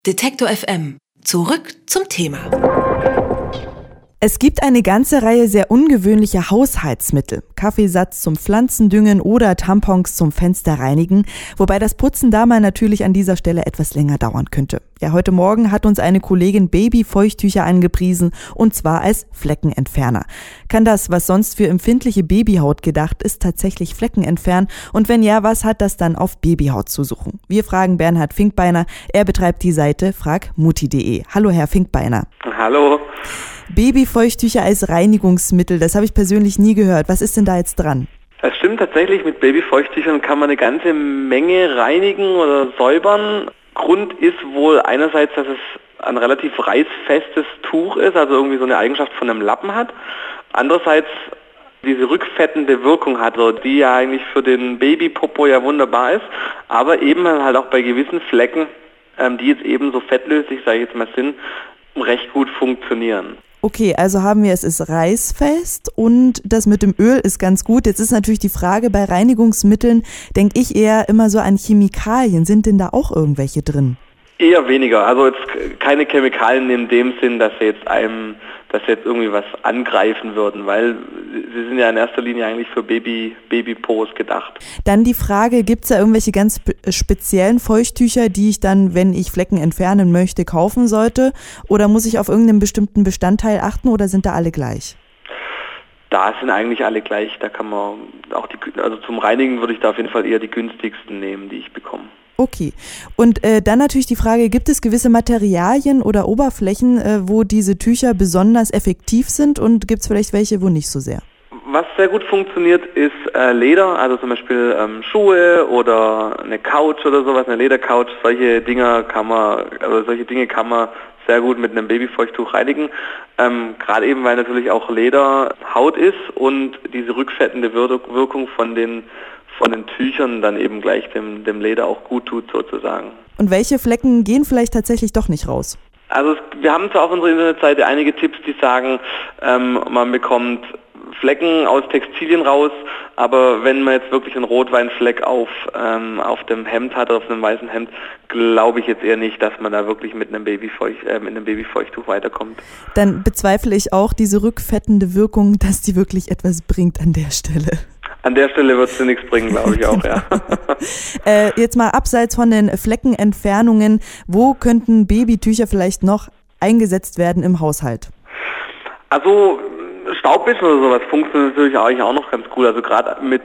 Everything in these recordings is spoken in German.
Detektor FM. Zurück zum Thema. Es gibt eine ganze Reihe sehr ungewöhnlicher Haushaltsmittel. Kaffeesatz zum Pflanzendüngen oder Tampons zum Fensterreinigen, wobei das Putzen da mal natürlich an dieser Stelle etwas länger dauern könnte. Ja, heute Morgen hat uns eine Kollegin Babyfeuchttücher angepriesen, und zwar als Fleckenentferner. Kann das, was sonst für empfindliche Babyhaut gedacht ist, tatsächlich Flecken entfernen? Und wenn ja, was hat das dann auf Babyhaut zu suchen? Wir fragen Bernhard Finkbeiner. Er betreibt die Seite fragmutti.de. Hallo, Herr Finkbeiner. Hallo. Babyfeuchttücher als Reinigungsmittel, das habe ich persönlich nie gehört. Was ist denn da jetzt dran? Das stimmt tatsächlich, mit Babyfeuchttüchern kann man eine ganze Menge reinigen oder säubern. Grund ist wohl einerseits, dass es ein relativ reißfestes Tuch ist, also irgendwie so eine Eigenschaft von einem Lappen hat. Andererseits diese rückfettende Wirkung hat, also die ja eigentlich für den Babypopo ja wunderbar ist, aber eben halt auch bei gewissen Flecken, die jetzt eben so fettlöslich, sage ich jetzt mal, sind, recht gut funktionieren. Okay, also haben wir, es ist reißfest und das mit dem Öl ist ganz gut. Jetzt ist natürlich die Frage, bei Reinigungsmitteln denke ich eher immer so an Chemikalien. Sind denn da auch irgendwelche drin? Eher weniger. Also jetzt keine Chemikalien in dem Sinn, dass sie jetzt irgendwie was angreifen würden, weil sie sind ja in erster Linie eigentlich für Babypos gedacht. Dann die Frage, gibt es da irgendwelche ganz speziellen Feuchttücher, die ich dann, wenn ich Flecken entfernen möchte, kaufen sollte? Oder muss ich auf irgendeinen bestimmten Bestandteil achten oder sind da alle gleich? Da sind eigentlich alle gleich. Da kann man auch also zum Reinigen würde ich da auf jeden Fall eher die günstigsten nehmen, die ich bekomme. Okay. Und dann natürlich die Frage, gibt es gewisse Materialien oder Oberflächen, wo diese Tücher besonders effektiv sind und gibt es vielleicht welche, wo nicht so sehr? Was sehr gut funktioniert, ist Leder, also zum Beispiel Schuhe oder eine Couch oder sowas, eine Ledercouch. Solche Dinge kann man sehr gut mit einem Babyfeuchttuch reinigen. Gerade eben, weil natürlich auch Leder Haut ist und diese rückfettende Wirkung von den Tüchern dann eben gleich dem Leder auch gut tut sozusagen. Und welche Flecken gehen vielleicht tatsächlich doch nicht raus? Also wir haben zwar auf unserer Internetseite einige Tipps, die sagen, man bekommt Flecken aus Textilien raus, aber wenn man jetzt wirklich einen Rotweinfleck auf dem Hemd hat, auf einem weißen Hemd, glaube ich jetzt eher nicht, dass man da wirklich mit einem Babyfeuchttuch weiterkommt. Dann bezweifle ich auch diese rückfettende Wirkung, dass die wirklich etwas bringt an der Stelle. An der Stelle wird sie nichts bringen, glaube ich auch, ja. Jetzt mal abseits von den Fleckenentfernungen, wo könnten Babytücher vielleicht noch eingesetzt werden im Haushalt? Also Staubwischen oder sowas funktioniert natürlich eigentlich auch noch ganz cool. Also gerade mit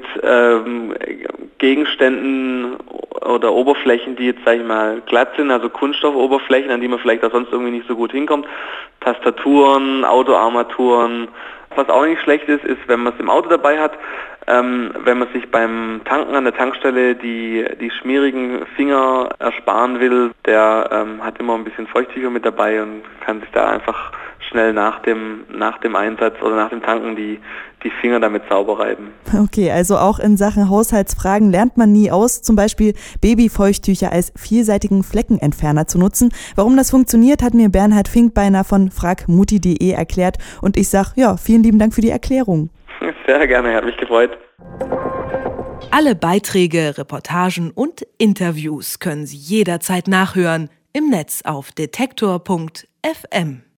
Gegenständen oder Oberflächen, die jetzt, sage ich mal, glatt sind, also Kunststoffoberflächen, an die man vielleicht auch sonst irgendwie nicht so gut hinkommt. Tastaturen, Autoarmaturen. Was auch nicht schlecht ist, wenn man es im Auto dabei hat, wenn man sich beim Tanken an der Tankstelle die schmierigen Finger ersparen will, der hat immer ein bisschen Feuchttücher mit dabei und kann sich da einfach schnell nach dem Einsatz oder nach dem Tanken die Finger damit sauber reiben. Okay, also auch in Sachen Haushaltsfragen lernt man nie aus, zum Beispiel Babyfeuchttücher als vielseitigen Fleckenentferner zu nutzen. Warum das funktioniert, hat mir Bernhard Finkbeiner von fragmutti.de erklärt und ich sage, ja, vielen lieben Dank für die Erklärung. Sehr gerne, hat mich gefreut. Alle Beiträge, Reportagen und Interviews können Sie jederzeit nachhören im Netz auf detektor.fm.